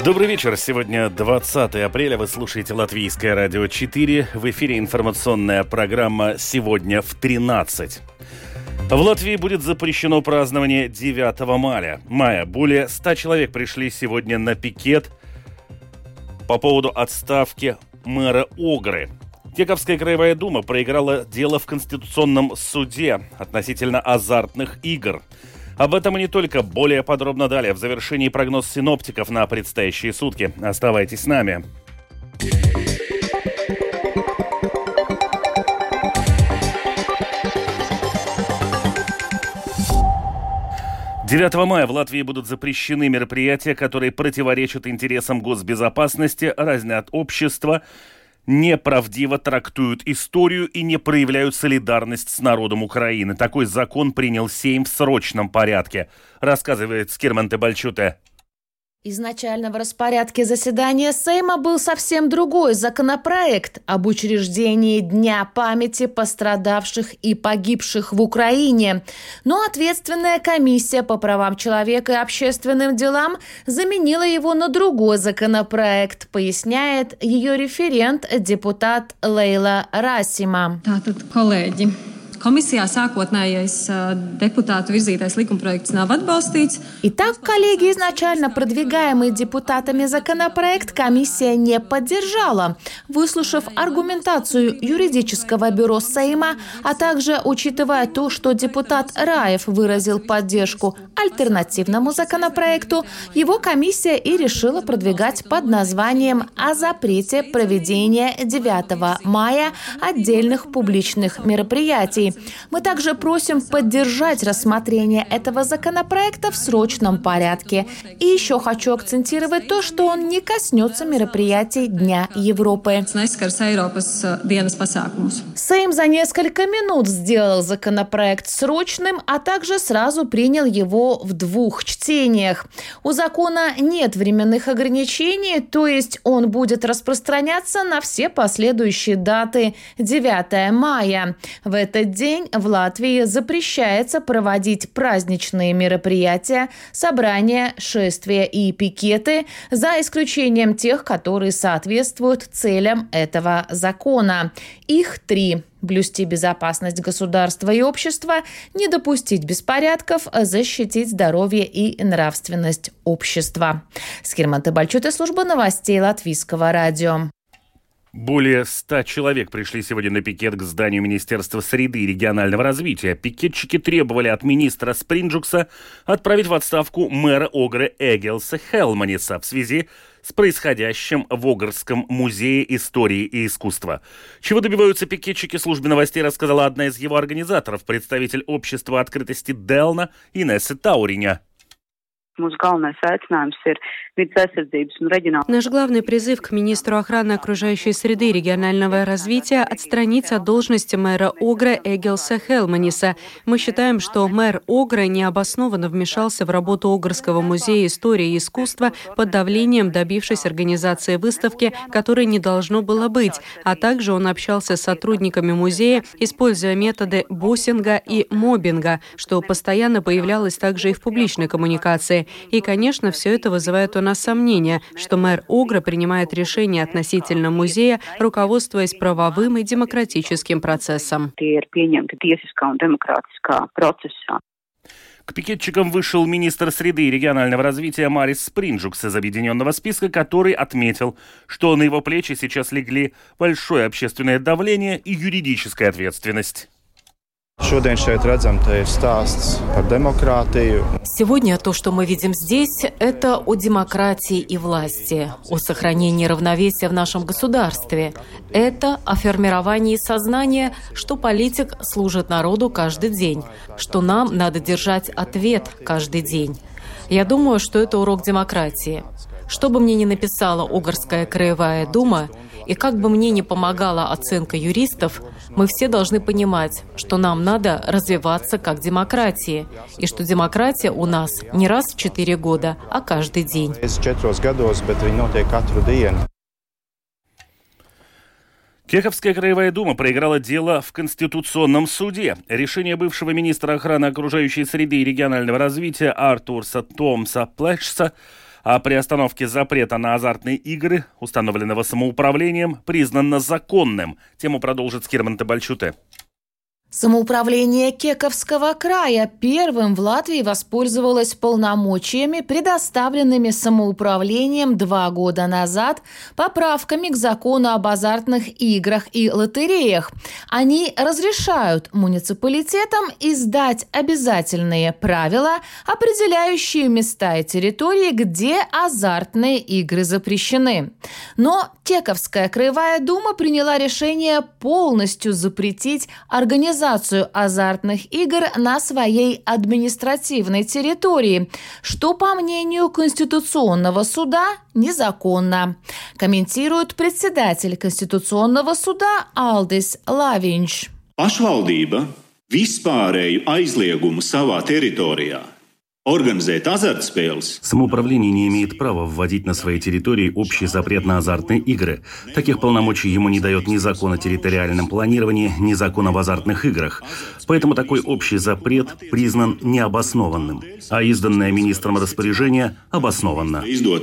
Добрый вечер. Сегодня 20 апреля. Вы слушаете Латвийское радио 4. В эфире информационная программа «Сегодня в 13». В Латвии будет запрещено празднование 9 мая. Более 100 человек пришли сегодня на пикет по поводу отставки мэра Огры. Кековская краевая дума проиграла дело в Конституционном суде относительно азартных игр. Об этом и не только. Более подробно далее. В завершении прогноз синоптиков на предстоящие сутки. Оставайтесь с нами. 9 мая в Латвии будут запрещены мероприятия, которые противоречат интересам госбезопасности, разнят общество, неправдиво трактуют историю и не проявляют солидарность с народом Украины. Такой закон принял Сейм в срочном порядке, рассказывает Скирманте Бальчуте. Изначально в распорядке заседания Сейма был совсем другой законопроект об учреждении Дня памяти пострадавших и погибших в Украине. Но ответственная комиссия по правам человека и общественным делам заменила его на другой законопроект, поясняет ее референт, депутат Лейла Расима. Коллеги. Komisijā sākotnējais депутату virzītais likumprojekts nav atbalstīts. Итак, коллеги, изначально продвигаемый депутатами законопроект комиссия не поддержала. Выслушав аргументацию юридического бюро Сейма, а также учитывая то, что депутат Раев выразил поддержку альтернативному законопроекту, его комиссия и решила продвигать под названием «О запрете проведения 9 мая отдельных публичных мероприятий». Мы также просим поддержать рассмотрение этого законопроекта в срочном порядке. И еще хочу акцентировать то, что он не коснется мероприятий Дня Европы. Сейм за несколько минут сделал законопроект срочным, а также сразу принял его в 2 чтениях. У закона нет временных ограничений, то есть он будет распространяться на все последующие даты 9 мая. В этот день в Латвии запрещается проводить праздничные мероприятия, собрания, шествия и пикеты, за исключением тех, которые соответствуют целям этого закона. Их 3. Блюсти безопасность государства и общества, не допустить беспорядков, защитить здоровье и нравственность общества. Скирманте Бальчуте, служба новостей Латвийского радио. Более 100 человек пришли сегодня на пикет к зданию Министерства среды и регионального развития. Пикетчики требовали от министра Спринджукса отправить в отставку мэра Огры Эгилса Хелманиса в связи с происходящим в Огрском музее истории и искусства. Чего добиваются пикетчики, службе новостей рассказала одна из его организаторов, представитель общества открытости Делна Инесса Тауриня. Наш главный призыв к министру охраны окружающей среды и регионального развития – отстраниться от должности мэра Огры Эгилса Хелманиса. Мы считаем, что мэр Огры необоснованно вмешался в работу Огрского музея истории и искусства под давлением, добившись организации выставки, которой не должно было быть, а также он общался с сотрудниками музея, используя методы боссинга и моббинга, что постоянно появлялось также и в публичной коммуникации. И, конечно, все это вызывает у нас сомнения, что мэр Огры принимает решения относительно музея, руководствуясь правовым и демократическим процессом. К пикетчикам вышел министр среды и регионального развития Марис Спринджукс из объединенного списка, который отметил, что на его плечи сейчас легли большое общественное давление и юридическая ответственность. Сегодня то, что мы видим здесь, это о демократии и власти, о сохранении равновесия в нашем государстве. Это о формировании сознания, что политик служит народу каждый день, что нам надо держать ответ каждый день. Я думаю, что это урок демократии. Что бы мне ни написала Огрская краевая дума, и как бы мне ни помогала оценка юристов, мы все должны понимать, что нам надо развиваться как демократии, и что демократия у нас не раз в 4 года, а каждый день. Кековская краевая дума проиграла дело в Конституционном суде. Решение бывшего министра охраны окружающей среды и регионального развития Артурса Томса Плешса О приостановке запрета на азартные игры, установленного самоуправлением, признано законным. Тему продолжит Скирман Табальчуте. Самоуправление Кековского края первым в Латвии воспользовалось полномочиями, предоставленными самоуправлением 2 года назад поправками к закону об азартных играх и лотереях. Они разрешают муниципалитетам издать обязательные правила, определяющие места и территории, где азартные игры запрещены. Но Кековская краевая дума приняла решение полностью запретить организацию азартных игр на своей административной территории, что, по мнению Конституционного суда, незаконно. Комментирует председатель Конституционного суда Алдис Лавинч. Pašvaldība vispārēju aizliegumu savā teritorijā. Самоуправление не имеет права вводить на своей территории общий запрет на азартные игры. Таких полномочий ему не дает ни закон о территориальном планировании, ни закон об азартных играх. Поэтому такой общий запрет признан необоснованным, а изданное министром распоряжение обоснованно.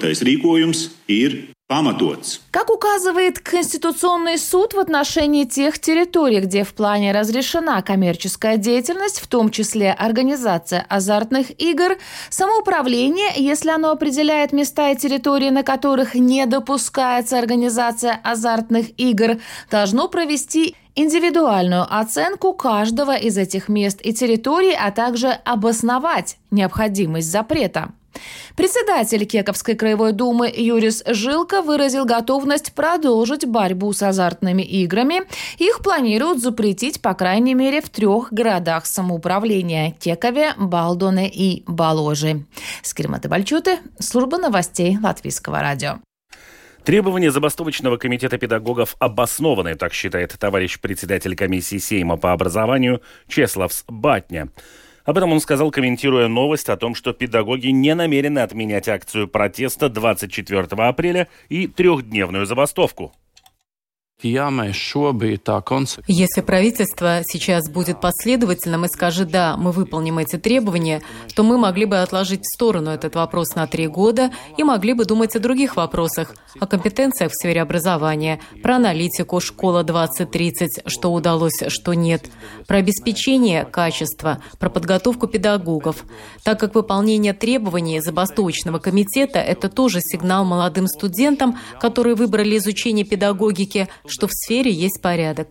Как указывает Конституционный суд, в отношении тех территорий, где в плане разрешена коммерческая деятельность, в том числе организация азартных игр, самоуправление, если оно определяет места и территории, на которых не допускается организация азартных игр, должно провести индивидуальную оценку каждого из этих мест и территорий, а также обосновать необходимость запрета. Председатель Кековской краевой думы Юрис Жилка выразил готовность продолжить борьбу с азартными играми. Их планируют запретить, по крайней мере, в 3 городах самоуправления – Кекове, Балдоне и Баложи. Скирман Табальчуте, служба новостей Латвийского радио. Требования забастовочного комитета педагогов обоснованы, так считает товарищ председатель комиссии Сейма по образованию Чеславс Батня. Об этом он сказал, комментируя новость о том, что педагоги не намерены отменять акцию протеста 24 апреля и 3-дневную забастовку. Если правительство сейчас будет последовательным и скажет «да, мы выполним эти требования», то мы могли бы отложить в сторону этот вопрос на 3 года и могли бы думать о других вопросах, о компетенциях в сфере образования, про аналитику «Школа 2030», что удалось, что нет, про обеспечение качества, про подготовку педагогов, так как выполнение требований забастовочного комитета – это тоже сигнал молодым студентам, которые выбрали изучение педагогики, что в сфере есть порядок.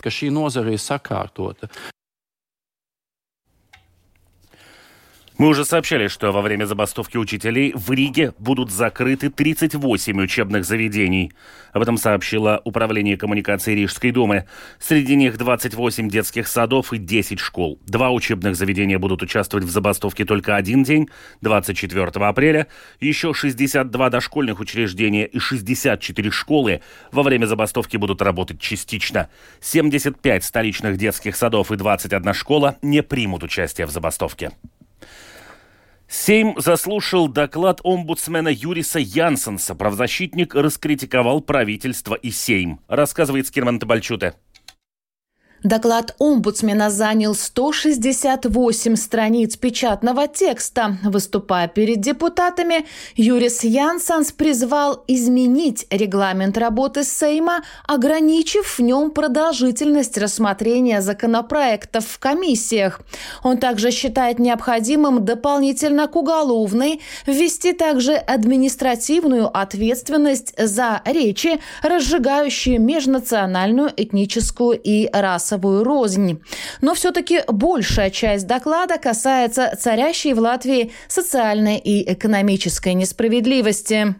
Мы уже сообщали, что во время забастовки учителей в Риге будут закрыты 38 учебных заведений. Об этом сообщило Управление коммуникации Рижской думы. Среди них 28 детских садов и 10 школ. 2 учебных заведения будут участвовать в забастовке только 1 день, 24 апреля. Еще 62 дошкольных учреждения и 64 школы во время забастовки будут работать частично. 75 столичных детских садов и 21 школа не примут участие в забастовке. Сейм заслушал доклад омбудсмена Юриса Янсенса. Правозащитник раскритиковал правительство и Сейм. Рассказывает Скирман Табальчуте. Доклад омбудсмена занял 168 страниц печатного текста. Выступая перед депутатами, Юрис Янсенс призвал изменить регламент работы Сейма, ограничив в нем продолжительность рассмотрения законопроектов в комиссиях. Он также считает необходимым дополнительно к уголовной ввести также административную ответственность за речи, разжигающие межнациональную, этническую и расовую рознь. Но все-таки большая часть доклада касается царящей в Латвии социальной и экономической несправедливости.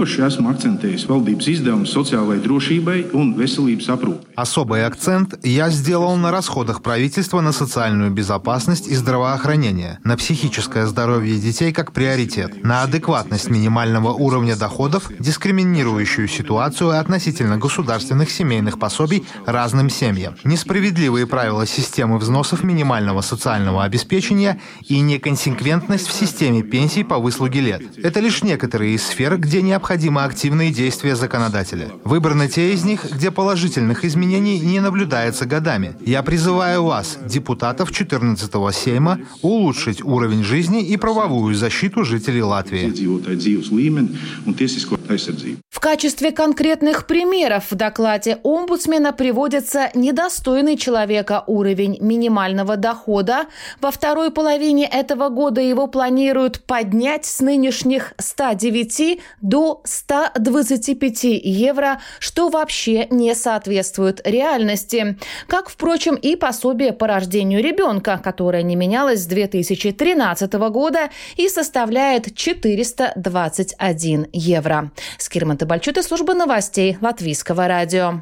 Особый акцент я сделал на расходах правительства на социальную безопасность и здравоохранение, на психическое здоровье детей как приоритет, на адекватность минимального уровня доходов, дискриминирующую ситуацию относительно государственных семейных пособий разным семьям, несправедливые правила системы взносов минимального социального обеспечения и неконсеквентность в системе пенсий по выслуге лет. Это лишь некоторые из сфер, где где необходимы активные действия законодателя. Выбраны те из них, где положительных изменений не наблюдается годами. Я призываю вас, депутатов 14-го Сейма, улучшить уровень жизни и правовую защиту жителей Латвии. В качестве конкретных примеров в докладе омбудсмена приводится недостойный человека уровень минимального дохода. Во второй половине этого года его планируют поднять с нынешних 109 до 125 евро, что вообще не соответствует реальности. Как, впрочем, и пособие по рождению ребенка, которое не менялось с 2013 года и составляет 421 евро. Скирман Табальчут из службы новостей Латвийского радио.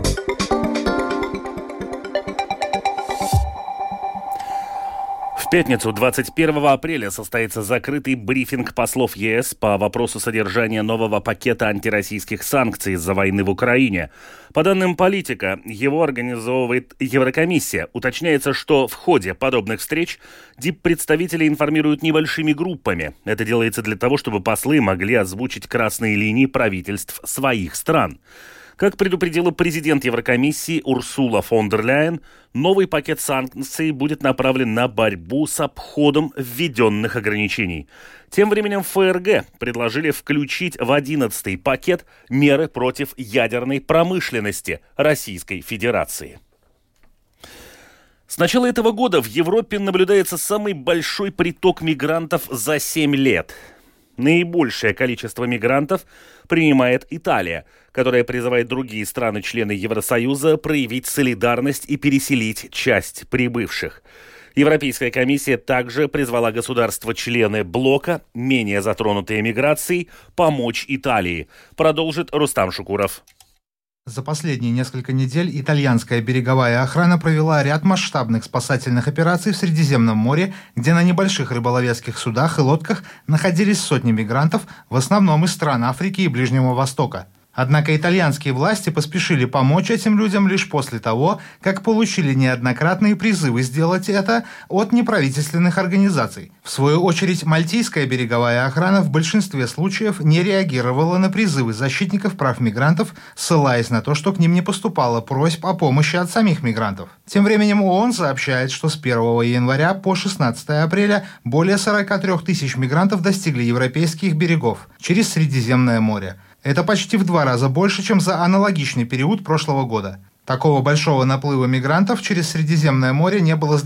В пятницу, 21 апреля, состоится закрытый брифинг послов ЕС по вопросу содержания нового пакета антироссийских санкций из-за войны в Украине. По данным Политика, его организовывает Еврокомиссия. Уточняется, что в ходе подобных встреч диппредставители информируют небольшими группами. Это делается для того, чтобы послы могли озвучить красные линии правительств своих стран. Как предупредила президент Еврокомиссии Урсула фон дер Ляйен, новый пакет санкций будет направлен на борьбу с обходом введенных ограничений. Тем временем ФРГ предложили включить в 11-й пакет меры против ядерной промышленности Российской Федерации. С начала этого года в Европе наблюдается самый большой приток мигрантов за 7 лет. Наибольшее количество мигрантов принимает Италия, которая призывает другие страны-члены Евросоюза проявить солидарность и переселить часть прибывших. Европейская комиссия также призвала государства-члены блока, менее затронутые миграцией, помочь Италии. Продолжит Рустам Шукуров. За последние несколько недель итальянская береговая охрана провела ряд масштабных спасательных операций в Средиземном море, где на небольших рыболовецких судах и лодках находились сотни мигрантов, в основном из стран Африки и Ближнего Востока. Однако итальянские власти поспешили помочь этим людям лишь после того, как получили неоднократные призывы сделать это от неправительственных организаций. В свою очередь, мальтийская береговая охрана в большинстве случаев не реагировала на призывы защитников прав мигрантов, ссылаясь на то, что к ним не поступало просьб о помощи от самих мигрантов. Тем временем ООН сообщает, что с 1 января по 16 апреля более 43 тысяч мигрантов достигли европейских берегов через Средиземное море. Это почти в 2 раза больше, чем за аналогичный период прошлого года. Такого большого наплыва мигрантов через Средиземное море не было с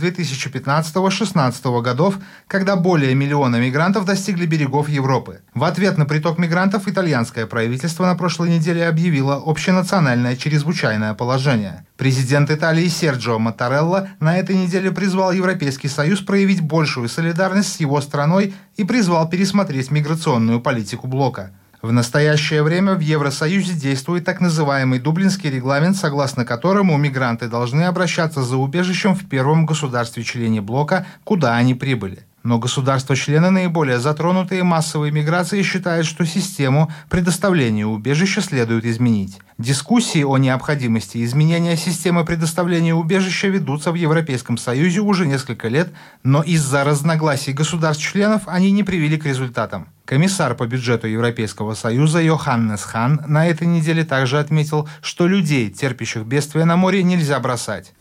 2015-16 годов, когда более 1 миллиона мигрантов достигли берегов Европы. В ответ на приток мигрантов итальянское правительство на прошлой неделе объявило общенациональное чрезвычайное положение. Президент Италии Серджио Маттарелла на этой неделе призвал Европейский Союз проявить большую солидарность с его страной и призвал пересмотреть миграционную политику блока. В настоящее время в Евросоюзе действует так называемый Дублинский регламент, согласно которому мигранты должны обращаться за убежищем в первом государстве-члене блока, куда они прибыли. Но государства-члены, наиболее затронутые массовой миграцией, считают, что систему предоставления убежища следует изменить. Дискуссии о необходимости изменения системы предоставления убежища ведутся в Европейском Союзе уже несколько лет, но из-за разногласий государств-членов они не привели к результатам. Комиссар по бюджету Европейского Союза Йоханнес Хан на этой неделе также отметил, что людей, терпящих бедствия на море, нельзя бросать.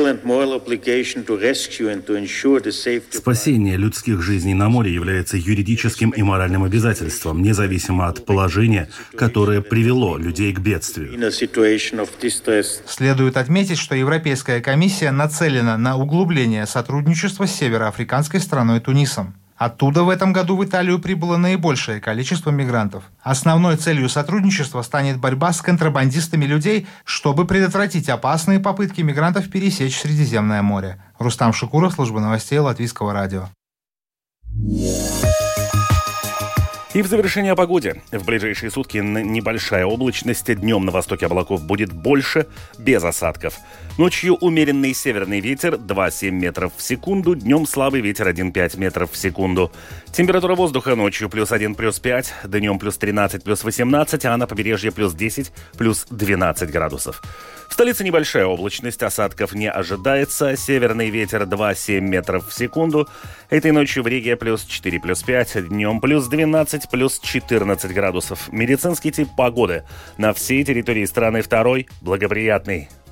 Спасение людских жизней на море является юридическим и моральным обязательством, независимо от положения, которое привело людей к бедствию. Следует отметить, что Европейская комиссия нацелена на углубление сотрудничества с североафриканской страной Тунисом. Оттуда в этом году в Италию прибыло наибольшее количество мигрантов. Основной целью сотрудничества станет борьба с контрабандистами людей, чтобы предотвратить опасные попытки мигрантов пересечь Средиземное море. Рустам Шукуров, служба новостей Латвийского радио. И в завершение о погоде. В ближайшие сутки небольшая облачность. Днем на востоке облаков будет больше, без осадков. Ночью умеренный северный ветер 2,7 метров в секунду, днем слабый ветер 1,5 метров в секунду. Температура воздуха ночью +1, +5, днем +13, +18, а на побережье +10, +12 градусов. В столице небольшая облачность, осадков не ожидается. Северный ветер 2,7 метров в секунду. Этой ночью в Риге +4, +5, днем +12, +14 градусов. Медицинский тип погоды на всей территории страны второй, благоприятный.